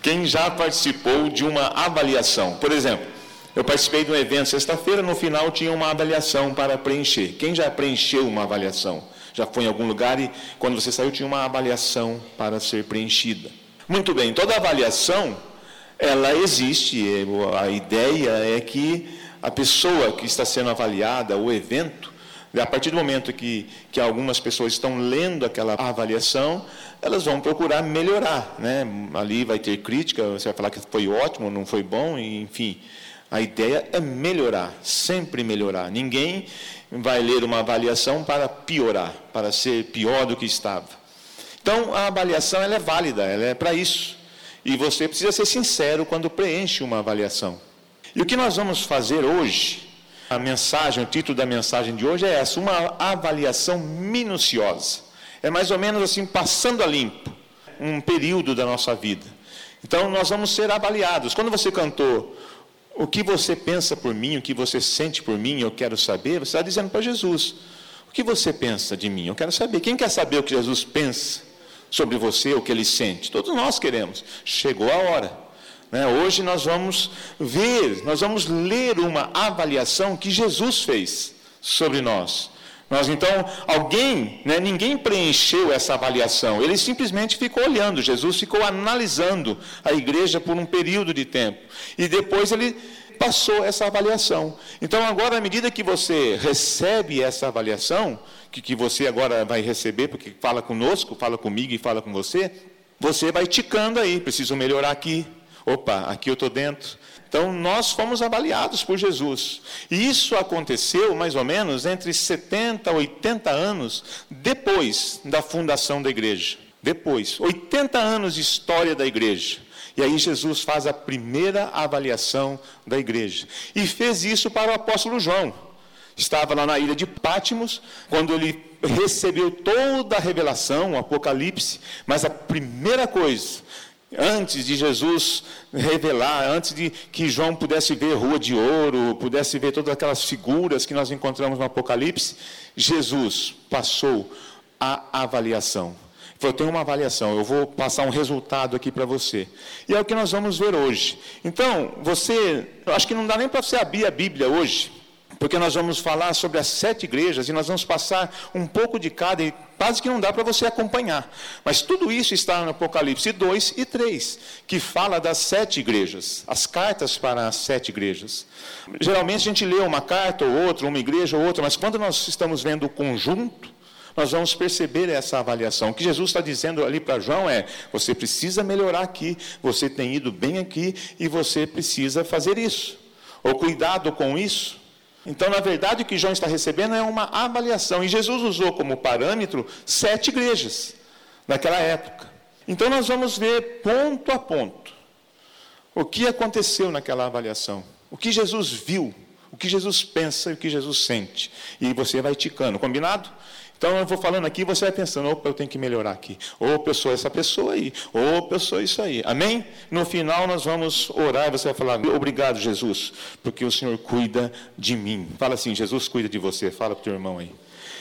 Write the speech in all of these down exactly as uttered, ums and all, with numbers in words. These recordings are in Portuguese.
Quem já participou de uma avaliação? Por exemplo, eu participei de um evento sexta-feira, no final tinha uma avaliação para preencher. Quem já preencheu uma avaliação? Já foi em algum lugar e quando você saiu tinha uma avaliação para ser preenchida. Muito bem, toda avaliação, ela existe. A ideia é que a pessoa que está sendo avaliada, o evento, a partir do momento que, que algumas pessoas estão lendo aquela avaliação, elas vão procurar melhorar, né? Ali vai ter crítica, você vai falar que foi ótimo, não foi bom, enfim. A ideia é melhorar, sempre melhorar. Ninguém vai ler uma avaliação para piorar, para ser pior do que estava. Então, a avaliação ela é válida, ela é para isso. E você precisa ser sincero quando preenche uma avaliação. E o que nós vamos fazer hoje, a mensagem, o título da mensagem de hoje é essa, uma avaliação minuciosa. É mais ou menos assim, passando a limpo, um período da nossa vida. Então, nós vamos ser avaliados. Quando você cantou, o que você pensa por mim, o que você sente por mim, eu quero saber, você está dizendo para Jesus, o que você pensa de mim, eu quero saber. Quem quer saber o que Jesus pensa sobre você, o que ele sente? Todos nós queremos. Chegou a hora. Né? Hoje nós vamos ver, nós vamos ler uma avaliação que Jesus fez sobre nós. Nós, então, alguém, né, ninguém preencheu essa avaliação, ele simplesmente ficou olhando, Jesus ficou analisando a igreja por um período de tempo, e depois ele passou essa avaliação. Então, agora, à medida que você recebe essa avaliação, que, que você agora vai receber, porque fala conosco, fala comigo e fala com você, você vai ticando aí, preciso melhorar aqui, opa, aqui eu estou dentro. Então, nós fomos avaliados por Jesus. E isso aconteceu, mais ou menos, entre setenta e oitenta anos depois da fundação da igreja. Depois, oitenta anos de história da igreja. E aí Jesus faz a primeira avaliação da igreja. E fez isso para o apóstolo João. Estava lá na ilha de Pátimos, quando ele recebeu toda a revelação, o Apocalipse. Mas a primeira coisa, antes de Jesus revelar, antes de que João pudesse ver rua de ouro, pudesse ver todas aquelas figuras que nós encontramos no Apocalipse, Jesus passou a avaliação. Ele falou, tem uma avaliação, eu vou passar um resultado aqui para você. E é o que nós vamos ver hoje. Então, você, eu acho que não dá nem para você abrir a Bíblia hoje, porque nós vamos falar sobre as sete igrejas, e nós vamos passar um pouco de cada, e quase que não dá para você acompanhar. Mas tudo isso está no Apocalipse dois e três, que fala das sete igrejas, as cartas para as sete igrejas. Geralmente a gente lê uma carta ou outra, uma igreja ou outra, mas quando nós estamos vendo o conjunto, nós vamos perceber essa avaliação. O que Jesus está dizendo ali para João é, você precisa melhorar aqui, você tem ido bem aqui, e você precisa fazer isso. Ou cuidado com isso. Então, na verdade, o que João está recebendo é uma avaliação. E Jesus usou como parâmetro sete igrejas naquela época. Então, nós vamos ver ponto a ponto o que aconteceu naquela avaliação. O que Jesus viu, o que Jesus pensa e o que Jesus sente. E você vai ticando, combinado? Então, eu vou falando aqui e você vai pensando, opa, eu tenho que melhorar aqui. Opa, eu sou essa pessoa aí. Opa, eu sou isso aí. Amém? No final, nós vamos orar e você vai falar, obrigado, Jesus, porque o Senhor cuida de mim. Fala assim, Jesus cuida de você. Fala para o teu irmão aí.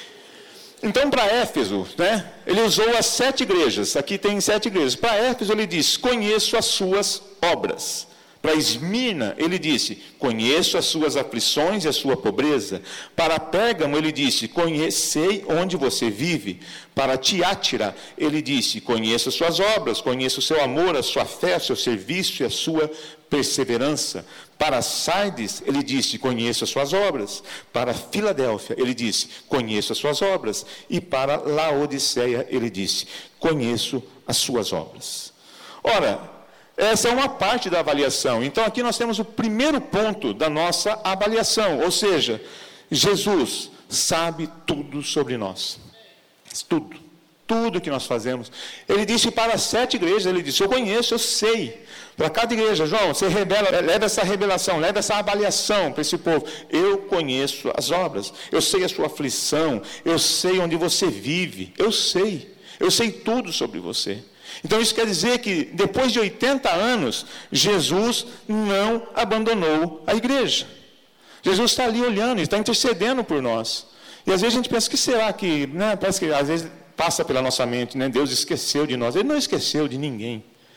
Então, para Éfeso, né, ele usou as sete igrejas. Aqui tem sete igrejas. Para Éfeso, ele diz, conheço as suas obras. Para Esmirna, ele disse, conheço as suas aflições e a sua pobreza. Para Pérgamo, ele disse, conhecei onde você vive. Para Tiátira, ele disse, conheço as suas obras, conheço o seu amor, a sua fé, o seu serviço e a sua perseverança. Para Sardes, ele disse, conheço as suas obras. Para Filadélfia, ele disse, conheço as suas obras. E para Laodiceia, ele disse, conheço as suas obras. Ora, essa é uma parte da avaliação. Então, aqui nós temos o primeiro ponto da nossa avaliação. Ou seja, Jesus sabe tudo sobre nós. Tudo. Tudo que nós fazemos. Ele disse para as sete igrejas, ele disse, eu conheço, eu sei. Para cada igreja, João, você revela, leva essa revelação, leva essa avaliação para esse povo. Eu conheço as obras. Eu sei a sua aflição. Eu sei onde você vive. Eu sei. Eu sei tudo sobre você. Então, isso quer dizer que, depois de oitenta anos, Jesus não abandonou a igreja. Jesus está ali olhando, está intercedendo por nós. E, às vezes, a gente pensa, que será que... Né, parece que, às vezes, passa pela nossa mente, né, Deus esqueceu de nós. Ele não esqueceu de ninguém.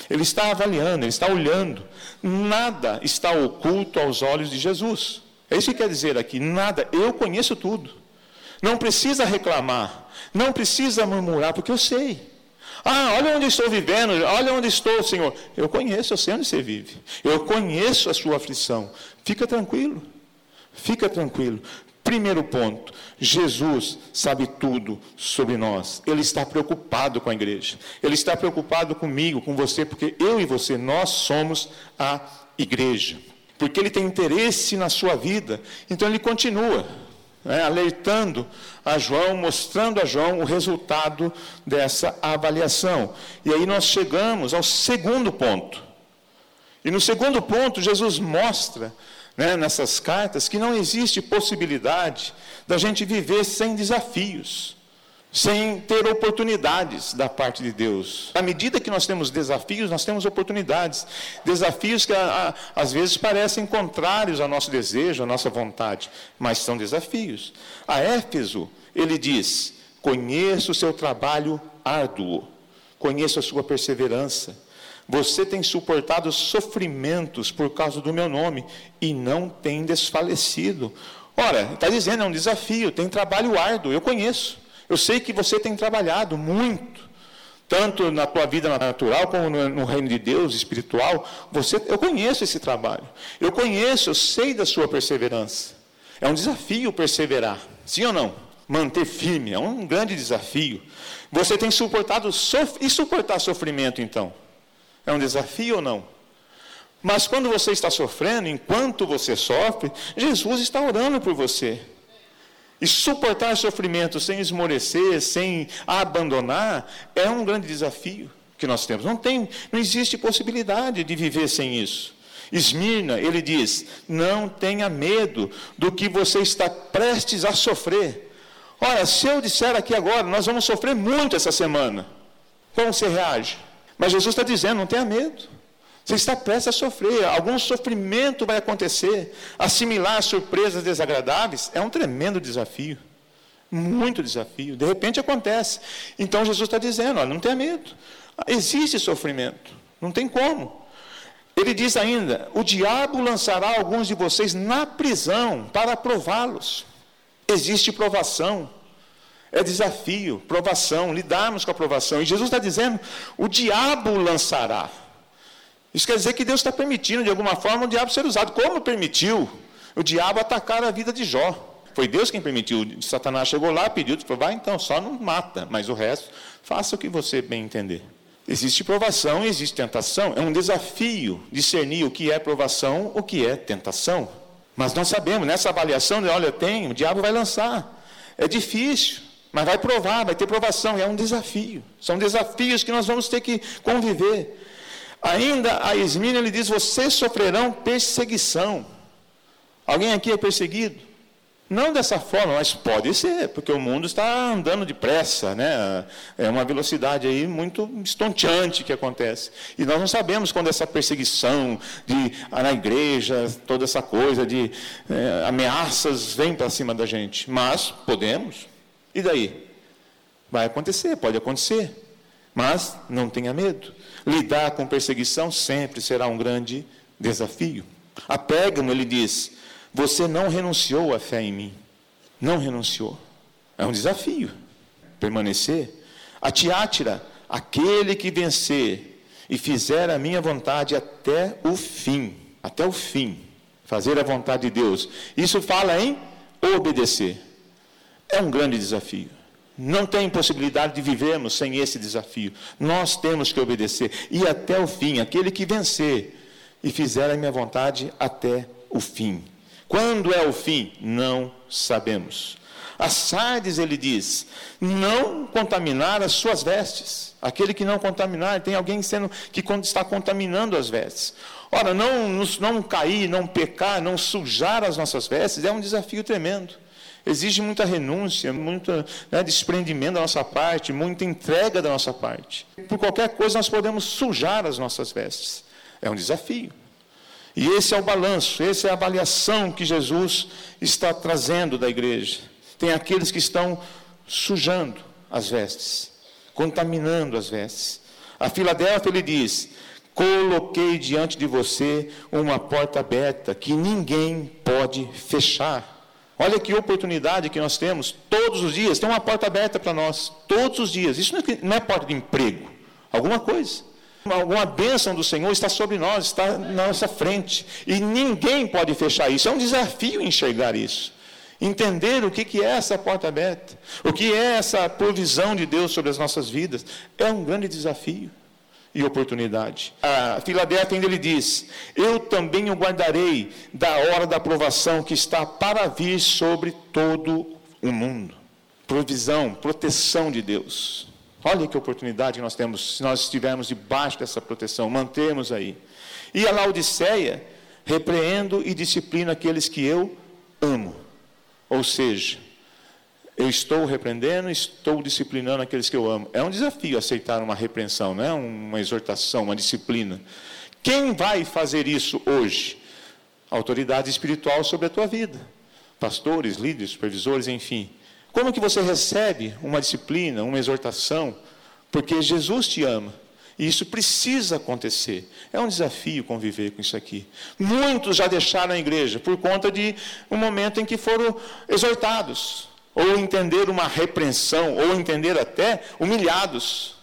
Ele está avaliando, ele está olhando. Nada está oculto aos olhos de Jesus. É isso que quer dizer aqui, nada. Eu conheço tudo. Não precisa reclamar, não precisa murmurar, porque eu sei. Ah, olha onde estou vivendo, olha onde estou, Senhor. Eu conheço, eu sei onde você vive. Eu conheço a sua aflição. Fica tranquilo, fica tranquilo. Primeiro ponto, Jesus sabe tudo sobre nós. Ele está preocupado com a igreja. Ele está preocupado comigo, com você, porque eu e você, nós somos a igreja. Porque Ele tem interesse na sua vida. Então Ele continua, né, alertando a João, mostrando a João o resultado dessa avaliação. E aí nós chegamos ao segundo ponto. E no segundo ponto, Jesus mostra, né, nessas cartas, que não existe possibilidade da gente viver sem desafios, sem ter oportunidades da parte de Deus. À medida que nós temos desafios, nós temos oportunidades. Desafios que a, a, às vezes parecem contrários ao nosso desejo, à nossa vontade, mas são desafios. A Éfeso, ele diz: conheço o seu trabalho árduo, conheço a sua perseverança. Você tem suportado sofrimentos por causa do meu nome e não tem desfalecido. Ora, está dizendo, é um desafio, tem trabalho árduo, eu conheço. Eu sei que você tem trabalhado muito, tanto na tua vida natural como no, no reino de Deus, espiritual. Você, eu conheço esse trabalho, eu conheço, eu sei da sua perseverança. É um desafio perseverar, sim ou não? Manter firme, é um grande desafio. Você tem suportado, sof- e suportar sofrimento então? É um desafio ou não? Mas quando você está sofrendo, enquanto você sofre, Jesus está orando por você. E suportar sofrimento sem esmorecer, sem abandonar, é um grande desafio que nós temos. Não tem, não existe possibilidade de viver sem isso. Esmirna, ele diz: não tenha medo do que você está prestes a sofrer. Olha, se eu disser aqui agora, nós vamos sofrer muito essa semana, como você reage? Mas Jesus está dizendo, não tenha medo. Você está prestes a sofrer, algum sofrimento vai acontecer. Assimilar surpresas desagradáveis é um tremendo desafio. Muito desafio. De repente acontece. Então Jesus está dizendo, olha, não tenha medo. Existe sofrimento, não tem como. Ele diz ainda, o diabo lançará alguns de vocês na prisão para prová-los. Existe provação. É desafio, provação, lidarmos com a provação. E Jesus está dizendo, o diabo lançará. Isso quer dizer que Deus está permitindo, de alguma forma, o diabo ser usado. Como permitiu o diabo atacar a vida de Jó? Foi Deus quem permitiu. Satanás chegou lá, pediu, falou, vai então, só não mata, mas o resto, faça o que você bem entender. Existe provação e existe tentação. É um desafio discernir o que é provação, o que é tentação. Mas nós sabemos, nessa avaliação, de, olha, tem, o diabo vai lançar. É difícil. Mas vai provar, vai ter provação, é um desafio. São desafios que nós vamos ter que conviver. Ainda a Esmirna, ele diz, vocês sofrerão perseguição. Alguém aqui é perseguido? Não dessa forma, mas pode ser, porque o mundo está andando depressa, né? É uma velocidade aí muito estonteante que acontece. E nós não sabemos quando essa perseguição de, na igreja, toda essa coisa de é, ameaças vem para cima da gente. Mas podemos. E daí? Vai acontecer, pode acontecer. Mas não tenha medo. Lidar com perseguição sempre será um grande desafio. A Pérgamo, ele diz, você não renunciou à fé em mim. Não renunciou. É um desafio. Permanecer. A Tiátira, aquele que vencer e fizer a minha vontade até o fim. Até o fim. Fazer a vontade de Deus. Isso fala em obedecer. É um grande desafio. Não tem possibilidade de vivermos sem esse desafio. Nós temos que obedecer. E até o fim. Aquele que vencer e fizer a minha vontade até o fim. Quando é o fim? Não sabemos. A Sardes, ele diz, não contaminar as suas vestes. Aquele que não contaminar, tem alguém sendo, que está contaminando as vestes. Ora, não, não cair, não pecar, não sujar as nossas vestes, é um desafio tremendo. Exige muita renúncia, muito, né, desprendimento da nossa parte, muita entrega da nossa parte. Por qualquer coisa nós podemos sujar as nossas vestes. É um desafio. E esse é o balanço, essa é a avaliação que Jesus está trazendo da igreja. Tem aqueles que estão sujando as vestes, contaminando as vestes. A Filadélfia, ele diz, Coloquei diante de você uma porta aberta que ninguém pode fechar. Olha que oportunidade que nós temos todos os dias. Tem uma porta aberta para nós, todos os dias. Isso não é porta de emprego, alguma coisa. Alguma bênção do Senhor está sobre nós, está na nossa frente. E ninguém pode fechar isso. É um desafio enxergar isso. Entender o que é essa porta aberta. O que é essa provisão de Deus sobre as nossas vidas. É um grande desafio e oportunidade. A Filadélfia ainda ele diz: eu também o guardarei da hora da provação que está para vir sobre todo o mundo. Provisão, proteção de Deus. Olha que oportunidade que nós temos, se nós estivermos debaixo dessa proteção, mantermos aí. E a Laodiceia: repreendo e disciplino aqueles que eu amo. Ou seja, eu estou repreendendo, estou disciplinando aqueles que eu amo. É um desafio aceitar uma repreensão, não é uma exortação, uma disciplina. Quem vai fazer isso hoje? Autoridade espiritual sobre a tua vida. Pastores, líderes, supervisores, enfim. Como que você recebe uma disciplina, uma exortação? Porque Jesus te ama. E isso precisa acontecer. É um desafio conviver com isso aqui. Muitos já deixaram a igreja por conta de um momento em que foram exortados. Ou entender uma repreensão, ou entender até humilhados,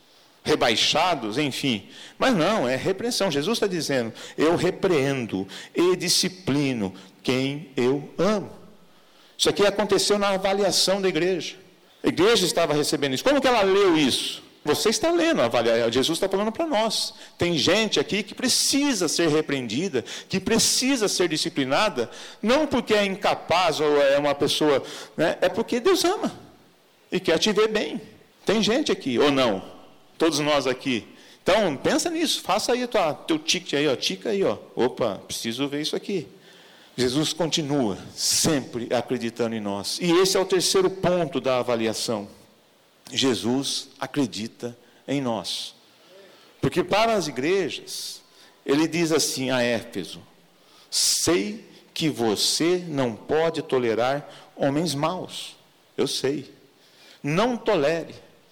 rebaixados, enfim. Mas não, é repreensão. Jesus está dizendo: eu repreendo e disciplino quem eu amo. Isso aqui aconteceu na avaliação da igreja. A igreja estava recebendo isso. Como que ela leu isso? Você está lendo, avaliar. Jesus está falando para nós. Tem gente aqui que precisa ser repreendida, que precisa ser disciplinada, não porque é incapaz ou é uma pessoa, né? É porque Deus ama e quer te ver bem. Tem gente aqui, ou não? Todos nós aqui. Então, pensa nisso, faça aí o teu ticket aí, ó, tica aí, ó. Opa, preciso ver isso aqui. Jesus continua sempre acreditando em nós. E esse é o terceiro ponto da avaliação. Jesus acredita em nós. Porque para as igrejas, ele diz assim a Éfeso: sei que você não pode tolerar homens maus. Eu sei. Não tolere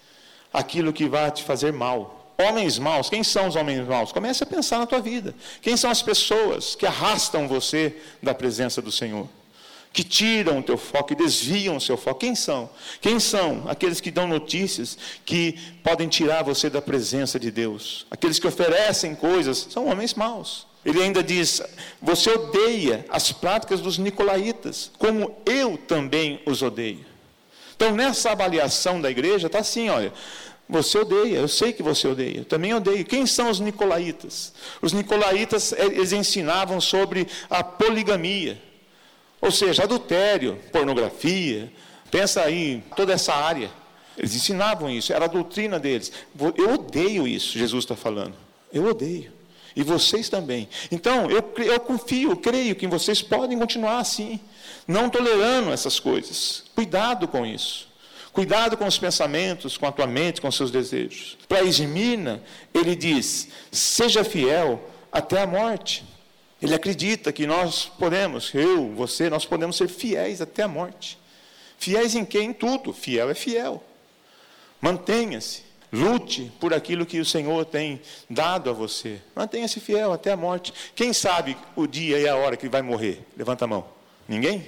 aquilo que vai te fazer mal. Homens maus, quem são os homens maus? Comece a pensar na tua vida. Quem são as pessoas que arrastam você da presença do Senhor? Que tiram o teu foco, que desviam o seu foco. Quem são? Quem são aqueles que dão notícias que podem tirar você da presença de Deus? Aqueles que oferecem coisas, são homens maus. Ele ainda diz: você odeia as práticas dos nicolaítas, como eu também os odeio. Então, nessa avaliação da igreja, está assim, olha: você odeia, eu sei que você odeia, eu também odeio. Quem são os nicolaítas? Os nicolaítas, eles ensinavam sobre a poligamia. Ou seja, adultério, pornografia, pensa aí, toda essa área. Eles ensinavam isso, era a doutrina deles. Eu odeio isso, Jesus está falando. Eu odeio. E vocês também. Então, eu, eu confio, eu creio que vocês podem continuar assim, não tolerando essas coisas. Cuidado com isso. Cuidado com os pensamentos, com a tua mente, com os seus desejos. Para Esmina, ele diz: seja fiel até a morte. Ele acredita que nós podemos, eu, você, nós podemos ser fiéis até a morte. Fiéis em quê? Em tudo. Fiel é fiel. Mantenha-se. Lute por aquilo que o Senhor tem dado a você. Mantenha-se fiel até a morte. Quem sabe o dia e a hora que vai morrer? Levanta a mão. Ninguém?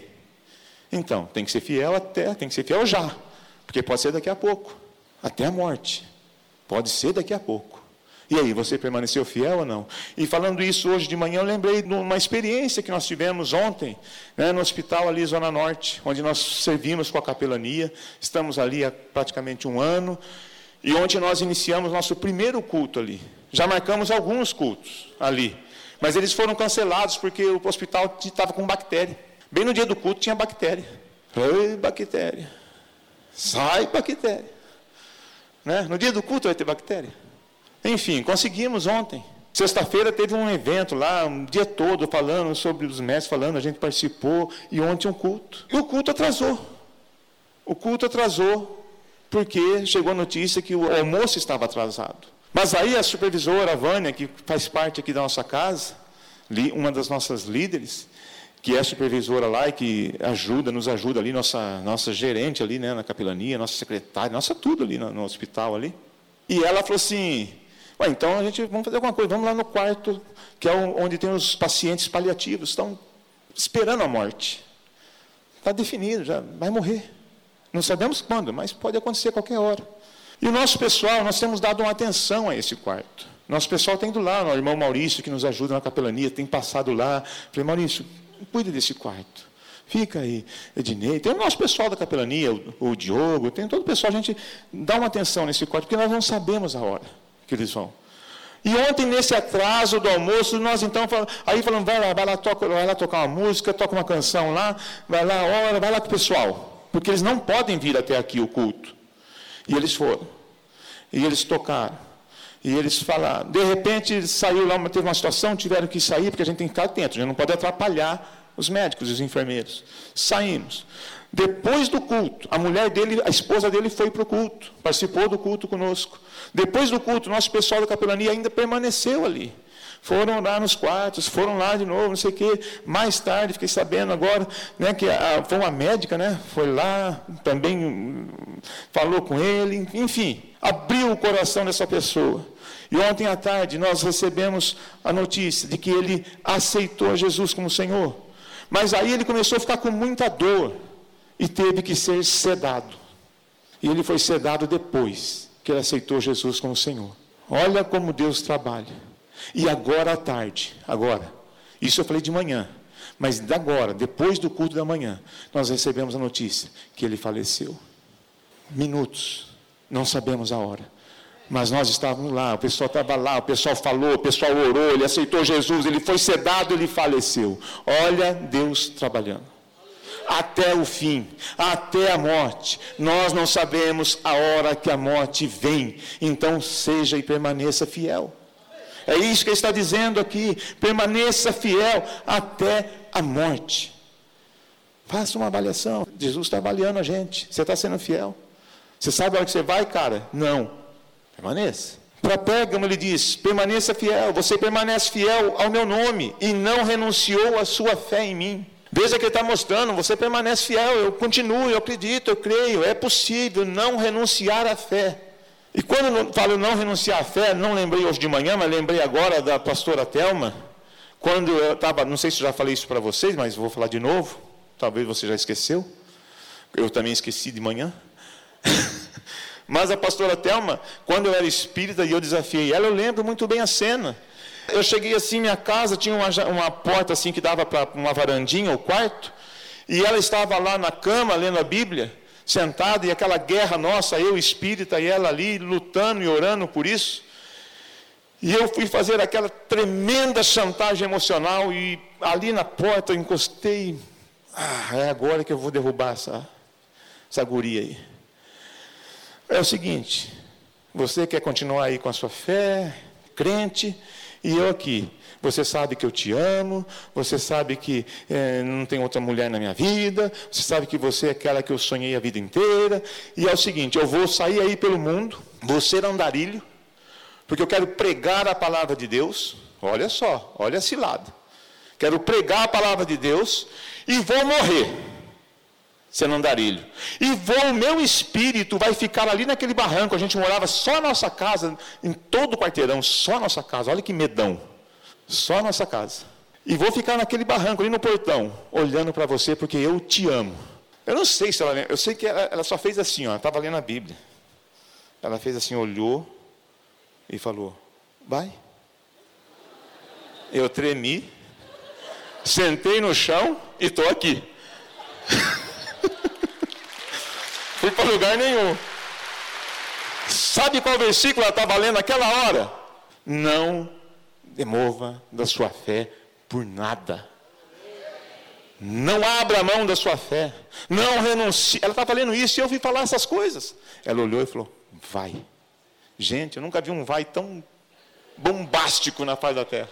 Então, tem que ser fiel até, tem que ser fiel já. Porque pode ser daqui a pouco. Até a morte. Pode ser daqui a pouco. E aí, você permaneceu fiel ou não? E falando isso hoje de manhã, eu lembrei de uma experiência que nós tivemos ontem, né, no hospital ali, Zona Norte, onde nós servimos com a capelania. Estamos ali há praticamente um ano. E ontem nós iniciamos nosso primeiro culto ali. Já marcamos alguns cultos ali. Mas eles foram cancelados porque o hospital estava com bactéria. Bem no dia do culto tinha bactéria. Oi, bactéria. Sai, bactéria. Né? No dia do culto vai ter bactéria. Enfim, conseguimos ontem. Sexta-feira teve um evento lá, um dia todo, falando sobre os mestres, falando, a gente participou, e ontem um culto. E o culto atrasou. O culto atrasou, porque chegou a notícia que o almoço estava atrasado. Mas aí a supervisora, a Vânia, que faz parte aqui da nossa casa, uma das nossas líderes, que é supervisora lá e que ajuda, nos ajuda ali, nossa, nossa gerente ali, né, na capelania, nossa secretária, nossa tudo ali no, no hospital ali. E ela falou assim: Ué, então a gente, vamos fazer alguma coisa, vamos lá no quarto, que é onde tem os pacientes paliativos, estão esperando a morte. Está definido, já vai morrer. Não sabemos quando, mas pode acontecer a qualquer hora. E o nosso pessoal, nós temos dado uma atenção a esse quarto. Nosso pessoal tem ido lá, o irmão Maurício, que nos ajuda na capelania, tem passado lá. Falei, Maurício, cuide desse quarto. Fica aí, Ednei. Tem o nosso pessoal da capelania, o, o Diogo, tem todo o pessoal, a gente dá uma atenção nesse quarto, porque nós não sabemos a hora que eles vão. E ontem, nesse atraso do almoço, nós então, aí falamos, vai lá, vai lá, toca, vai lá tocar uma música, toca uma canção lá, vai lá, ora, vai lá com o pessoal, porque eles não podem vir até aqui o culto. E eles foram. E eles tocaram. E eles falaram. De repente, saiu lá, teve uma situação, tiveram que sair, porque a gente tem que ficar atento, a gente não pode atrapalhar os médicos e os enfermeiros. Saímos. Depois do culto, a mulher dele, a esposa dele foi para o culto, participou do culto conosco. Depois do culto, nosso pessoal da capelania ainda permaneceu ali. Foram lá nos quartos, foram lá de novo, não sei o quê. Mais tarde, fiquei sabendo agora, né, que a, foi uma médica, né, foi lá, também falou com ele, enfim, abriu o coração dessa pessoa. E ontem à tarde nós recebemos a notícia de que ele aceitou Jesus como Senhor. Mas aí ele começou a ficar com muita dor e teve que ser sedado. E ele foi sedado depois que ele aceitou Jesus como Senhor. Olha como Deus trabalha. E agora à tarde, agora, isso eu falei de manhã, mas agora, depois do culto da manhã, nós recebemos a notícia que ele faleceu. Minutos, não sabemos a hora. Mas nós estávamos lá, o pessoal estava lá, o pessoal falou, o pessoal orou, ele aceitou Jesus, ele foi sedado, ele faleceu. Olha Deus trabalhando. Até o fim, até a morte. Nós não sabemos a hora que a morte vem. Então seja e permaneça fiel. É isso que ele está dizendo aqui. Permaneça fiel até a morte. Faça uma avaliação. Jesus está avaliando a gente. Você está sendo fiel? Você sabe a hora que você vai, cara? Não. Permaneça. Para Pérgamo ele diz, permaneça fiel. Você permanece fiel ao meu nome e não renunciou à sua fé em mim. Veja que ele está mostrando, você permanece fiel. Eu continuo, eu acredito, eu creio. É possível não renunciar à fé. E quando eu falo não renunciar à fé, não lembrei hoje de manhã, mas lembrei agora da pastora Thelma, quando eu estava, não sei se eu já falei isso para vocês, mas vou falar de novo, talvez você já esqueceu, eu também esqueci de manhã, mas a pastora Thelma, quando eu era espírita e eu desafiei ela, eu lembro muito bem a cena. Eu cheguei assim, minha casa tinha uma, uma porta assim que dava para uma varandinha, o quarto, e ela estava lá na cama, lendo a Bíblia, sentada, e aquela guerra nossa, eu espírita e ela ali, lutando e orando por isso. E eu fui fazer aquela tremenda chantagem emocional, e ali na porta eu encostei, ah, é agora que eu vou derrubar essa, essa guria aí. É o seguinte, você quer continuar aí com a sua fé, crente, e eu aqui. Você sabe que eu te amo, você sabe que é, não tem outra mulher na minha vida, você sabe que você é aquela que eu sonhei a vida inteira, e é o seguinte, eu vou sair aí pelo mundo, vou ser andarilho, porque eu quero pregar a palavra de Deus, olha só, olha esse lado, quero pregar a palavra de Deus, e vou morrer, sendo andarilho, e vou, o meu espírito vai ficar ali naquele barranco, a gente morava só na nossa casa, em todo o quarteirão, só a nossa casa, olha que medão, só a nossa casa. E vou ficar naquele barranco ali no portão, olhando para você, porque eu te amo. Eu não sei se ela lembra, eu sei que ela, ela só fez assim, ó, estava lendo a Bíblia. Ela fez assim, olhou e falou, vai. Eu tremi, sentei no chão e estou aqui. Fui para lugar nenhum. Sabe qual versículo ela estava lendo naquela hora? Não demova da sua fé por nada. Não abra a mão da sua fé. Não renuncie. Ela estava lendo isso e eu vi falar essas coisas. Ela olhou e falou, vai. Gente, eu nunca vi um vai tão bombástico na face da terra.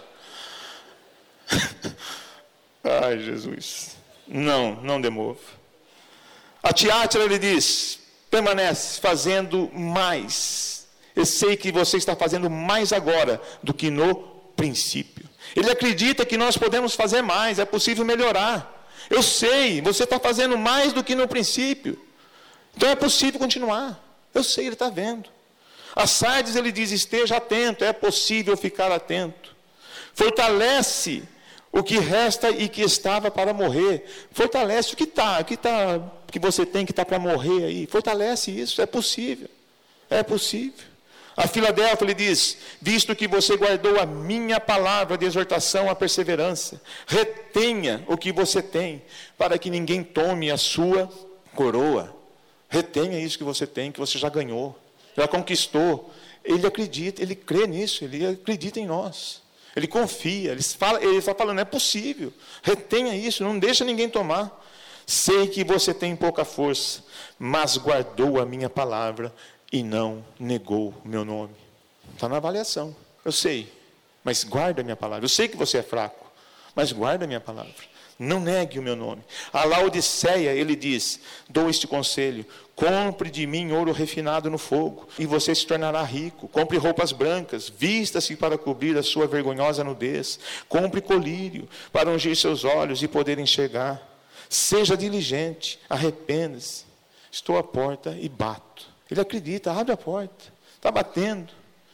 Ai, Jesus. Não, não demova. A Tiátira, ele diz, permanece fazendo mais. Eu sei que você está fazendo mais agora do que no princípio. Ele acredita que nós podemos fazer mais, é possível melhorar. Eu sei, você está fazendo mais do que no princípio. Então é possível continuar. Eu sei, ele está vendo. A Sardes ele diz, esteja atento, é possível ficar atento. Fortalece o que resta e que estava para morrer. Fortalece o que está, o que, tá, que você tem que está para morrer aí. Fortalece isso, é possível. É possível. A Filadélfia, ele diz, visto que você guardou a minha palavra de exortação à perseverança, retenha o que você tem, para que ninguém tome a sua coroa. Retenha isso que você tem, que você já ganhou, já conquistou. Ele acredita, ele crê nisso, ele acredita em nós. Ele confia, ele, fala, ele está falando, é possível. Retenha isso, não deixa ninguém tomar. Sei que você tem pouca força, mas guardou a minha palavra e não negou o meu nome. Está na avaliação. Eu sei, mas guarda a minha palavra. Eu sei que você é fraco, mas guarda a minha palavra. Não negue o meu nome. A Laodiceia, ele diz, dou este conselho, compre de mim ouro refinado no fogo, e você se tornará rico. Compre roupas brancas, vista-se para cobrir a sua vergonhosa nudez. Compre colírio, para ungir seus olhos e poder enxergar. Seja diligente, arrependa-se. Estou à porta e bato. Ele acredita, abre a porta, está batendo.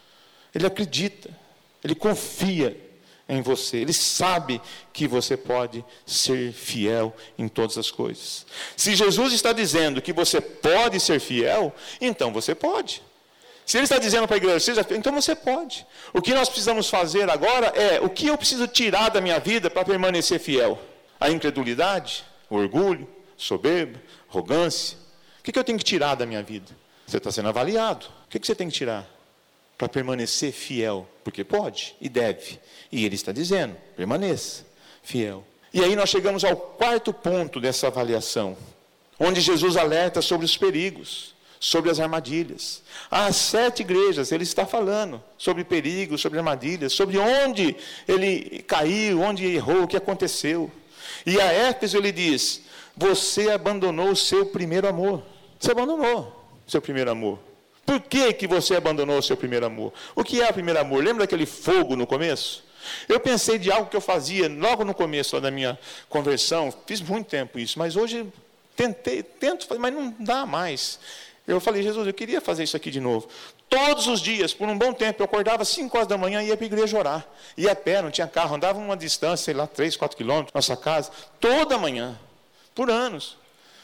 Ele acredita, ele confia em você. Ele sabe que você pode ser fiel em todas as coisas. Se Jesus está dizendo que você pode ser fiel, então você pode. Se ele está dizendo para a igreja, seja fiel, então você pode. O que nós precisamos fazer agora é, o que eu preciso tirar da minha vida para permanecer fiel? A incredulidade, o orgulho, soberba, arrogância. O que eu tenho que tirar da minha vida? Você está sendo avaliado. O que você tem que tirar? Para permanecer fiel, porque pode e deve. E ele está dizendo, permaneça fiel. E aí nós chegamos ao quarto ponto dessa avaliação, onde Jesus alerta sobre os perigos, sobre as armadilhas. Há sete igrejas, ele está falando sobre perigos, sobre armadilhas, sobre onde ele caiu, onde errou, o que aconteceu. E a Éfeso ele diz, você abandonou o seu primeiro amor. Você abandonou o seu primeiro amor. Por que que você abandonou o seu primeiro amor? O que é o primeiro amor? Lembra daquele fogo no começo? Eu pensei de algo que eu fazia logo no começo da minha conversão. Fiz muito tempo isso, mas hoje tentei, tento fazer, mas não dá mais. Eu falei, Jesus, eu queria fazer isso aqui de novo. Todos os dias, por um bom tempo, eu acordava às cinco horas da manhã e ia para a igreja orar. Ia a pé, não tinha carro, andava uma distância, sei lá, três, quatro quilômetros, nossa casa, toda manhã, por anos.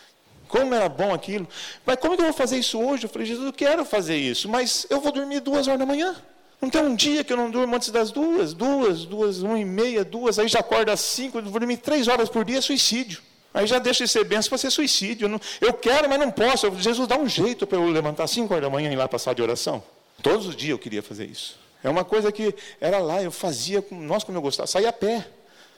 Como era bom aquilo. Mas como é que eu vou fazer isso hoje? Eu falei, Jesus, eu quero fazer isso, mas eu vou dormir duas horas da manhã. Não tem um dia que eu não durmo antes das duas, duas, duas, uma e meia, duas, aí já acordo às cinco, eu vou dormir três horas por dia, é suicídio. Aí já deixa de ser bênção para ser suicídio. Eu, não, eu quero, mas não posso. Jesus, dá um jeito para eu levantar às cinco horas da manhã e ir lá passar de oração. Todos os dias eu queria fazer isso. É uma coisa que era lá, eu fazia, nossa, como eu gostava, saía a pé.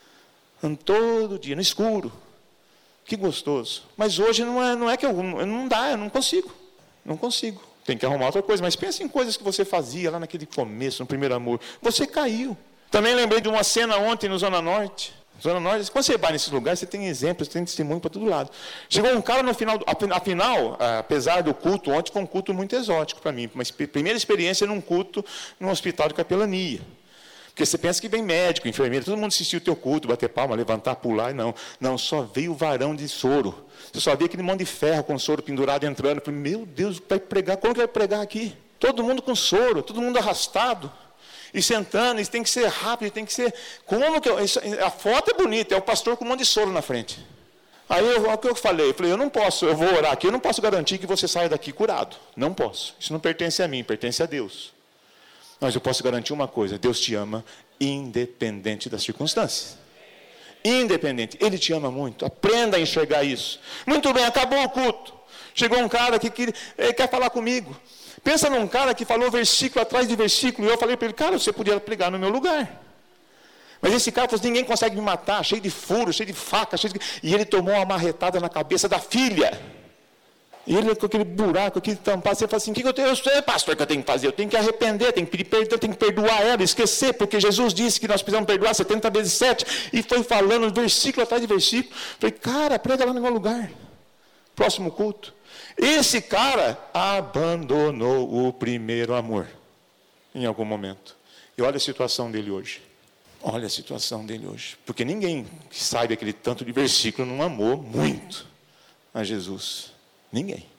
Todo dia, no escuro. Que gostoso. Mas hoje não é, não é que eu, não dá, eu não consigo. Não consigo. Tem que arrumar outra coisa. Mas pensa em coisas que você fazia lá naquele começo, no primeiro amor. Você caiu. Também lembrei de uma cena ontem no Zona Norte. Zona Norte, quando você vai nesses lugares, você tem exemplos, você tem testemunho para todo lado. Chegou um cara no final, afinal, apesar do culto, ontem foi um culto muito exótico para mim. Uma primeira experiência num culto num hospital de capelania. Porque você pensa que vem médico, enfermeiro, todo mundo assistiu o teu culto, bater palma, levantar, pular, e não. Não, só veio o varão de soro. Você só via aquele monte de ferro com soro pendurado entrando. Eu falei, meu Deus, vai pregar, como que vai pregar aqui? Todo mundo com soro, todo mundo arrastado. E sentando, isso tem que ser rápido, tem que ser... Como que eu, isso, a foto é bonita, é o pastor com um monte de soro na frente. Aí, eu, o que eu falei? Eu falei, eu não posso, eu vou orar aqui, eu não posso garantir que você saia daqui curado. Não posso. Isso não pertence a mim, pertence a Deus. Mas eu posso garantir uma coisa, Deus te ama independente das circunstâncias. Independente. Ele te ama muito. Aprenda a enxergar isso. Muito bem, acabou o culto. Chegou um cara que, que ele quer falar comigo. Pensa num cara que falou versículo atrás de versículo. E eu falei para ele, cara, você podia pregar no meu lugar. Mas esse cara falou assim, ninguém consegue me matar. Cheio de furo, cheio de faca. Cheio de... E ele tomou uma marretada na cabeça da filha. E ele com aquele buraco, aquele tampado, você fala assim, o que eu tenho? Eu sei, pastor, que eu tenho que fazer? Eu tenho que arrepender, tenho que pedir perdão, eu tenho que perdoar ela, esquecer, porque Jesus disse que nós precisamos perdoar setenta vezes sete, e foi falando versículo atrás de versículo. Falei, cara, prega lá no meu lugar. Próximo culto. Esse cara abandonou o primeiro amor, em algum momento. E olha a situação dele hoje. Olha a situação dele hoje. Porque ninguém que sai daquele tanto de versículo não amou muito a Jesus. Ninguém.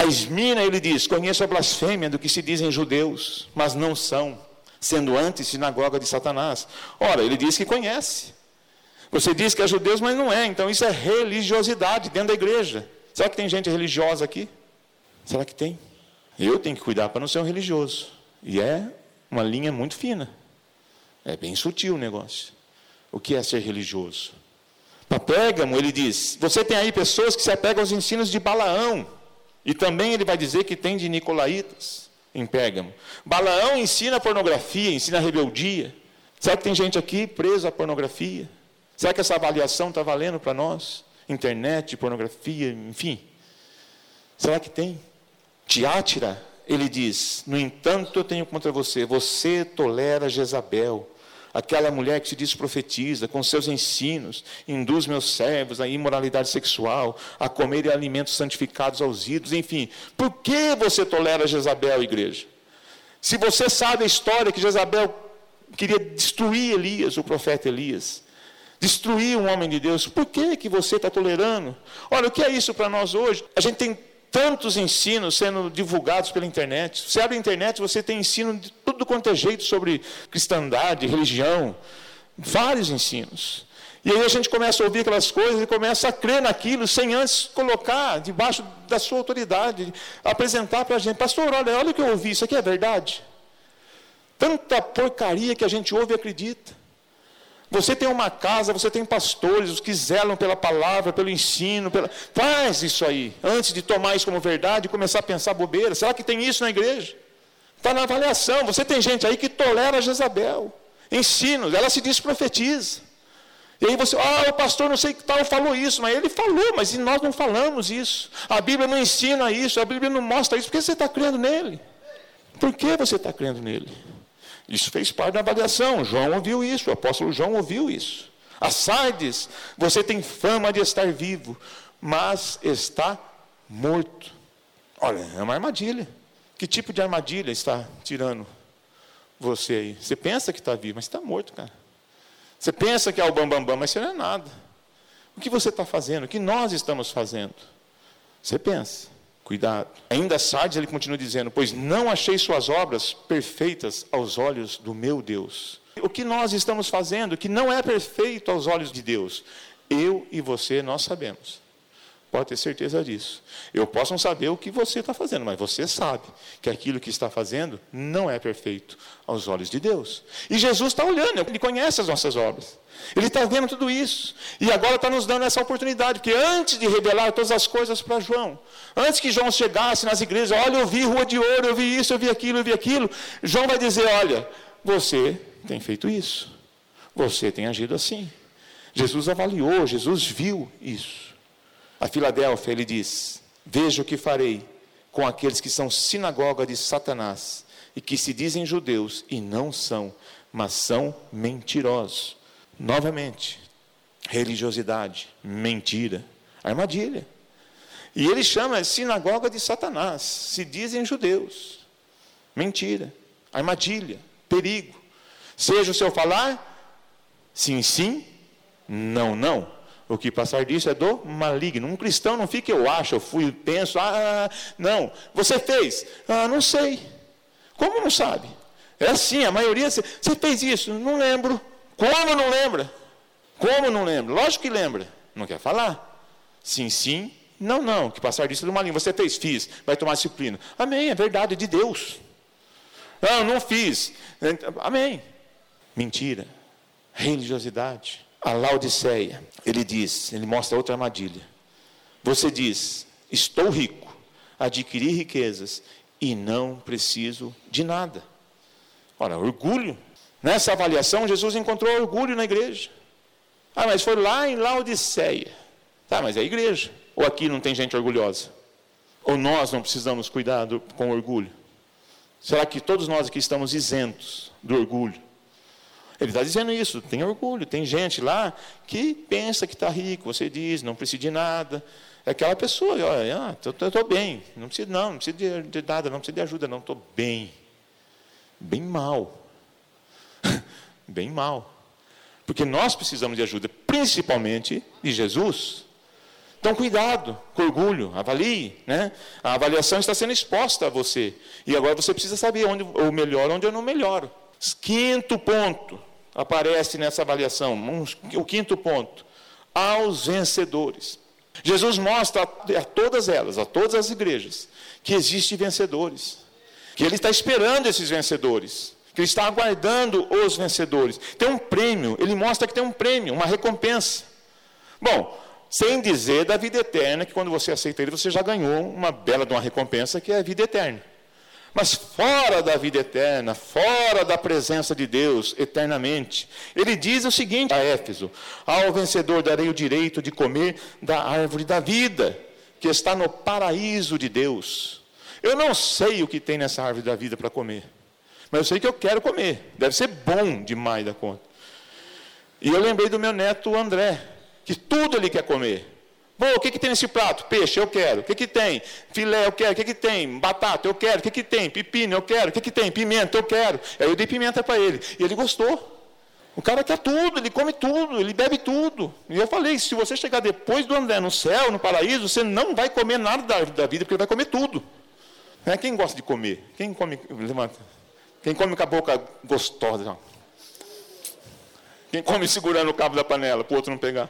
A Esmirna, ele diz: conheço a blasfêmia do que se dizem judeus, mas não são, sendo antes sinagoga de Satanás. Ora, ele diz que conhece. Você diz que é judeus, mas não é. Então isso é religiosidade dentro da igreja. Será que tem gente religiosa aqui? Será que tem? Eu tenho que cuidar para não ser um religioso. E é uma linha muito fina. É bem sutil o negócio. O que é ser religioso? Para Pérgamo, ele diz: você tem aí pessoas que se apegam aos ensinos de Balaão. E também ele vai dizer que tem de Nicolaítas em Pérgamo. Balaão ensina pornografia, ensina rebeldia. Será que tem gente aqui presa à pornografia? Será que essa avaliação está valendo para nós? Internet, pornografia, enfim. Será que tem? Tiátira, ele diz: no entanto eu tenho contra você, você tolera Jezabel, aquela mulher que se diz profetiza, com seus ensinos, induz meus servos à imoralidade sexual, a comerem alimentos santificados aos ídolos, enfim. Por que você tolera Jezabel, igreja? Se você sabe a história que Jezabel queria destruir Elias, o profeta Elias, destruir um homem de Deus, por que que você está tolerando? Olha, o que é isso para nós hoje? A gente tem tantos ensinos sendo divulgados pela internet. Você abre a internet, você tem ensino de tudo quanto é jeito sobre cristandade, religião, vários ensinos. E aí a gente começa a ouvir aquelas coisas e começa a crer naquilo, sem antes colocar debaixo da sua autoridade, apresentar para a gente: pastor, olha, olha o que eu ouvi, isso aqui é verdade? Tanta porcaria que a gente ouve e acredita. Você tem uma casa, você tem pastores, os que zelam pela palavra, pelo ensino. Pela... Faz isso aí, antes de tomar isso como verdade e começar a pensar bobeira. Será que tem isso na igreja? Está na avaliação. Você tem gente aí que tolera Jezabel. Ensinos, ela se diz profetiza. E aí você, ah, o pastor não sei que tal falou isso, mas ele falou, mas nós não falamos isso. A Bíblia não ensina isso, a Bíblia não mostra isso. Por que você está crendo nele? Por que você está crendo nele? Isso fez parte da avaliação. João ouviu isso, o apóstolo João ouviu isso. A Sardes, você tem fama de estar vivo, mas está morto. Olha, é uma armadilha. Que tipo de armadilha está tirando você aí? Você pensa que está vivo, mas está morto, cara. Você pensa que é o bambambam, bam, bam, mas você não é nada. O que você está fazendo? O que nós estamos fazendo? Você pensa. Cuidado. Ainda Sardes, ele continua dizendo: pois não achei suas obras perfeitas aos olhos do meu Deus. O que nós estamos fazendo, que não é perfeito aos olhos de Deus, eu e você, nós sabemos. Pode ter certeza disso. Eu posso não saber o que você está fazendo, mas você sabe que aquilo que está fazendo não é perfeito aos olhos de Deus. E Jesus está olhando, ele conhece as nossas obras. Ele está vendo tudo isso. E agora está nos dando essa oportunidade, porque antes de revelar todas as coisas para João, antes que João chegasse nas igrejas: olha, eu vi rua de ouro, eu vi isso, eu vi aquilo, eu vi aquilo. João vai dizer: olha, você tem feito isso. Você tem agido assim. Jesus avaliou, Jesus viu isso. A Filadélfia, ele diz: veja o que farei com aqueles que são sinagoga de Satanás e que se dizem judeus e não são, mas são mentirosos. Novamente, religiosidade, mentira, armadilha. E ele chama de sinagoga de Satanás, se dizem judeus. Mentira, armadilha, perigo. Seja o seu falar, sim, sim, não, não. O que passar disso é do maligno. Um cristão não fica: eu acho, eu fui, penso, ah, não. Você fez? Ah, não sei. Como não sabe? É assim, a maioria, você fez isso? Não lembro. Como não lembra? Como não lembra? Lógico que lembra. Não quer falar. Sim, sim, não, não. O que passar disso é do maligno. Você fez? Fiz. Vai tomar disciplina. Amém, é verdade, é de Deus. Não, não fiz. Amém. Mentira. Religiosidade. A Laodiceia, ele diz, ele mostra outra armadilha. Você diz: estou rico, adquiri riquezas e não preciso de nada. Olha, orgulho. Nessa avaliação, Jesus encontrou orgulho na igreja. Ah, mas foi lá em Laodiceia. Tá, mas é a igreja. Ou aqui não tem gente orgulhosa? Ou nós não precisamos cuidar do, com orgulho? Será que todos nós aqui estamos isentos do orgulho? Ele está dizendo isso: tem orgulho, tem gente lá que pensa que está rico. Você diz: não precisa de nada. É aquela pessoa: olha, estou bem, não preciso, não, não preciso de, de nada, não preciso de ajuda, não, estou bem. Bem mal. Bem mal. Porque nós precisamos de ajuda, principalmente de Jesus. Então, cuidado com orgulho, avalie, né? A avaliação está sendo exposta a você. E agora você precisa saber onde eu melhoro, onde eu não melhoro. Quinto ponto, aparece nessa avaliação, o quinto ponto, aos vencedores. Jesus mostra a, a todas elas, a todas as igrejas, que existem vencedores. Que Ele está esperando esses vencedores. Que Ele está aguardando os vencedores. Tem um prêmio, Ele mostra que tem um prêmio, uma recompensa. Bom, sem dizer da vida eterna, que quando você aceita Ele, você já ganhou uma bela de uma recompensa, que é a vida eterna. Mas fora da vida eterna, fora da presença de Deus, eternamente, Ele diz o seguinte a Éfeso: ao vencedor darei o direito de comer da árvore da vida, que está no paraíso de Deus. Eu não sei o que tem nessa árvore da vida para comer, mas eu sei que eu quero comer, deve ser bom demais da conta. E eu lembrei do meu neto André, que tudo ele quer comer. Bom, o que, que tem nesse prato? Peixe, eu quero. O que, que tem? Filé, eu quero. O que, que tem? Batata, eu quero. O que, que tem? Pepino, eu quero. O que, que tem? Pimenta, eu quero. Aí eu dei pimenta para ele. E ele gostou. O cara quer tudo, ele come tudo, ele bebe tudo. E eu falei, se você chegar depois do André no céu, no paraíso, você não vai comer nada da, da vida, porque ele vai comer tudo. É, quem gosta de comer? Quem come, levanta. Quem come com a boca gostosa? Quem come segurando o cabo da panela, para o outro não pegar?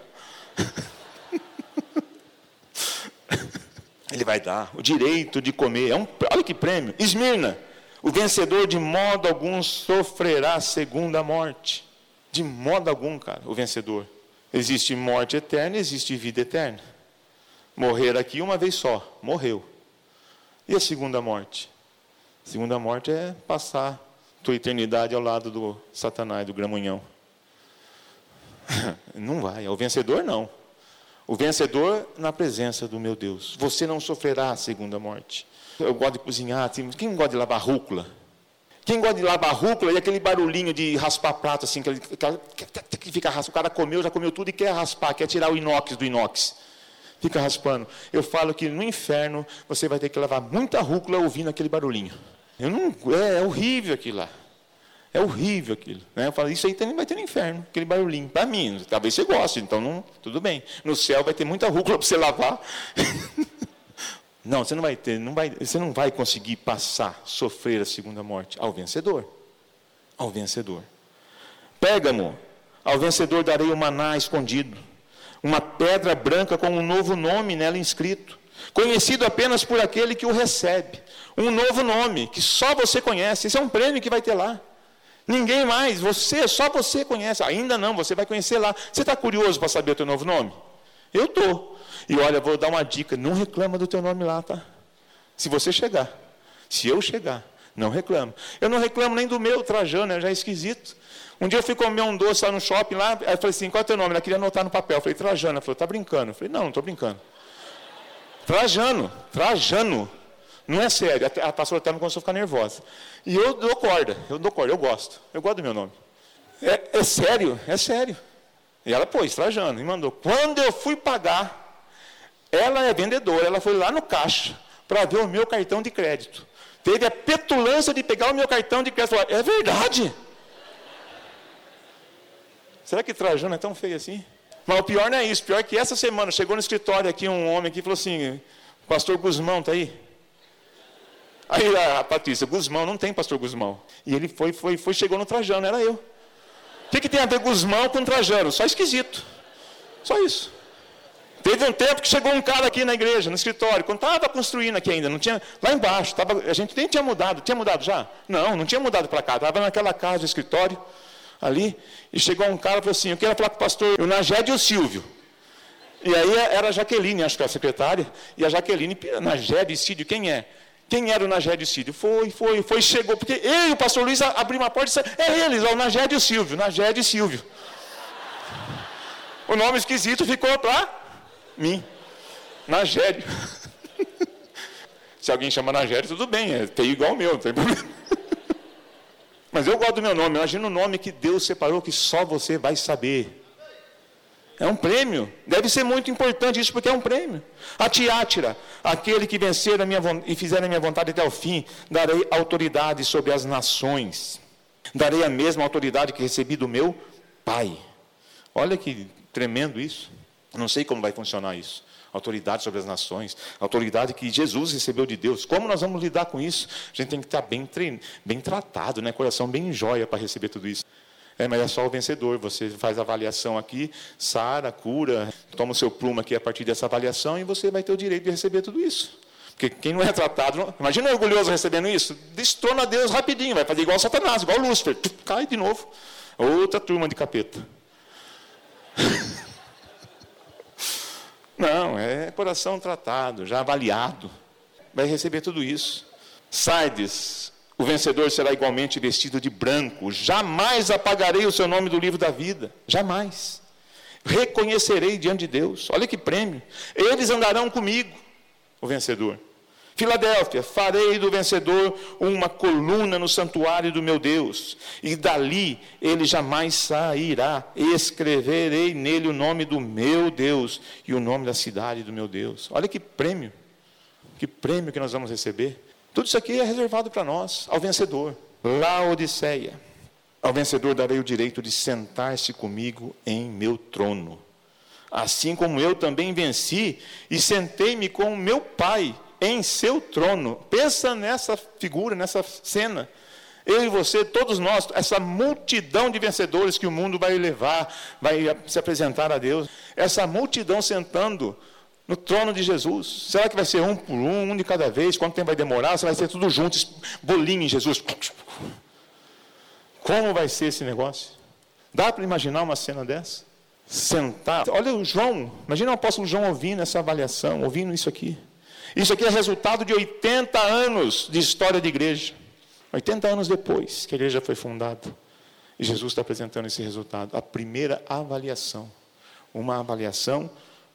Ele vai dar o direito de comer. É um, olha que prêmio. Esmirna, o vencedor de modo algum sofrerá segunda morte. De modo algum, cara, o vencedor. Existe morte eterna, existe vida eterna. Morrer aqui uma vez só, morreu. E a segunda morte? A segunda morte é passar tua eternidade ao lado do Satanás, do gramunhão. Não vai, é o vencedor não. O vencedor na presença do meu Deus. Você não sofrerá a segunda morte. Eu gosto de cozinhar. Quem gosta de lavar rúcula? Quem gosta de lavar rúcula e aquele barulhinho de raspar prato assim, que, que, que fica raspando. O cara comeu, já comeu tudo e quer raspar, quer tirar o inox do inox. Fica raspando. Eu falo que no inferno você vai ter que lavar muita rúcula ouvindo aquele barulhinho. Eu não, é, é horrível aquilo lá. É horrível aquilo. Né? Eu falo, isso aí também vai ter no inferno, aquele barulhinho. Para mim, talvez você goste, então não, tudo bem. No céu vai ter muita rúcula para você lavar. Não, você não vai ter, não vai, você não vai conseguir passar, sofrer a segunda morte. Ao vencedor. Ao vencedor. Pérgamo, ao vencedor darei o maná escondido, uma pedra branca com um novo nome nela inscrito, conhecido apenas por aquele que o recebe. Um novo nome, que só você conhece. Esse é um prêmio que vai ter lá. Ninguém mais, você, só você conhece. Ainda não, você vai conhecer lá. Você está curioso para saber o teu novo nome? Eu estou. E olha, vou dar uma dica, não reclama do teu nome lá, tá? Se você chegar, se eu chegar, não reclama. Eu não reclamo nem do meu, Trajano, já é esquisito. Um dia eu fui comer um doce lá no shopping, lá, aí eu falei assim, qual é o teu nome? Ela queria anotar no papel. Eu falei, Trajano. Ela falou, está brincando? Eu falei, não, não estou brincando. Trajano, Trajano. Não é sério, a pastora até me começou a ficar nervosa. E eu dou corda, eu dou corda, eu gosto. Eu gosto do meu nome. É, é sério, é sério. E ela pôs, Trajano, e mandou. Quando eu fui pagar, ela é vendedora, ela foi lá no caixa para ver o meu cartão de crédito. Teve a petulância de pegar o meu cartão de crédito e falar, é verdade. Será que Trajano é tão feio assim? Mas o pior não é isso, o pior é que essa semana chegou no escritório aqui um homem que falou assim, pastor Guzmão está aí? Aí a Patrícia, Guzmão, não tem pastor Guzmão. E ele foi, foi, foi, chegou no Trajano, era eu. O que, que tem a ver Guzmão com Trajano? Só esquisito. Só isso. Teve um tempo que chegou um cara aqui na igreja, no escritório, quando estava construindo aqui ainda, não tinha, lá embaixo, tava, a gente nem tinha mudado, tinha mudado já? Não, não tinha mudado para cá, estava naquela casa de escritório, ali, e chegou um cara e falou assim, eu quero falar com o pastor, o Nagédio e o Silvio. E aí era a Jaqueline, acho que era a secretária, e a Jaqueline, Nagédio e Cídio, quem é? Quem era o Nagédio e o Cídio? Foi, foi, foi, chegou, porque eu e o pastor Luiz abrimos uma porta e disse, é eles, ó, o Nagédio e o Silvio, Nagédio e Silvio. O nome esquisito ficou para mim, Nagédio. Se alguém chama Nagédio, tudo bem, é feio igual o meu, não tem problema. Mas eu gosto do meu nome, imagina o nome que Deus separou, que só você vai saber. É um prêmio, deve ser muito importante isso, porque é um prêmio. A Tiátira, aquele que vencer a minha e fizer a minha vontade até o fim, darei autoridade sobre as nações. Darei a mesma autoridade que recebi do meu Pai. Olha que tremendo isso. Não sei como vai funcionar isso. Autoridade sobre as nações, autoridade que Jesus recebeu de Deus. Como nós vamos lidar com isso? A gente tem que estar bem, trein... bem tratado, né? Coração bem jóia para receber tudo isso. É, mas é só o vencedor. Você faz a avaliação aqui, sara, cura, toma o seu plumo aqui a partir dessa avaliação e você vai ter o direito de receber tudo isso. Porque quem não é tratado, não... imagina um orgulhoso recebendo isso, destrona Deus rapidinho, vai fazer igual Satanás, igual Lúcifer, cai de novo. Outra turma de capeta. Não, é coração tratado, já avaliado. Vai receber tudo isso. Sardes, o vencedor será igualmente vestido de branco. Jamais apagarei o seu nome do livro da vida. Jamais. Reconhecerei diante de Deus. Olha que prêmio. Eles andarão comigo, o vencedor. Filadélfia, farei do vencedor uma coluna no santuário do meu Deus, e dali ele jamais sairá. Escreverei nele o nome do meu Deus e o nome da cidade do meu Deus. Olha que prêmio, que prêmio que nós vamos receber. Tudo isso aqui é reservado para nós, ao vencedor. Laodiceia, ao vencedor darei o direito de sentar-se comigo em meu trono, assim como eu também venci e sentei-me com o meu Pai em seu trono. Pensa nessa figura, nessa cena. Eu e você, todos nós, essa multidão de vencedores que o mundo vai levar, vai se apresentar a Deus. Essa multidão sentando no trono de Jesus. Será que vai ser um por um, um de cada vez? Quanto tempo vai demorar? Você vai ser tudo junto, bolinho em Jesus. Como vai ser esse negócio? Dá para imaginar uma cena dessa? Sentar. Olha o João, imagina o apóstolo João ouvindo essa avaliação, ouvindo isso aqui. Isso aqui é resultado de oitenta anos de história de igreja. oitenta anos depois que a igreja foi fundada. E Jesus está apresentando esse resultado. A primeira avaliação. Uma avaliação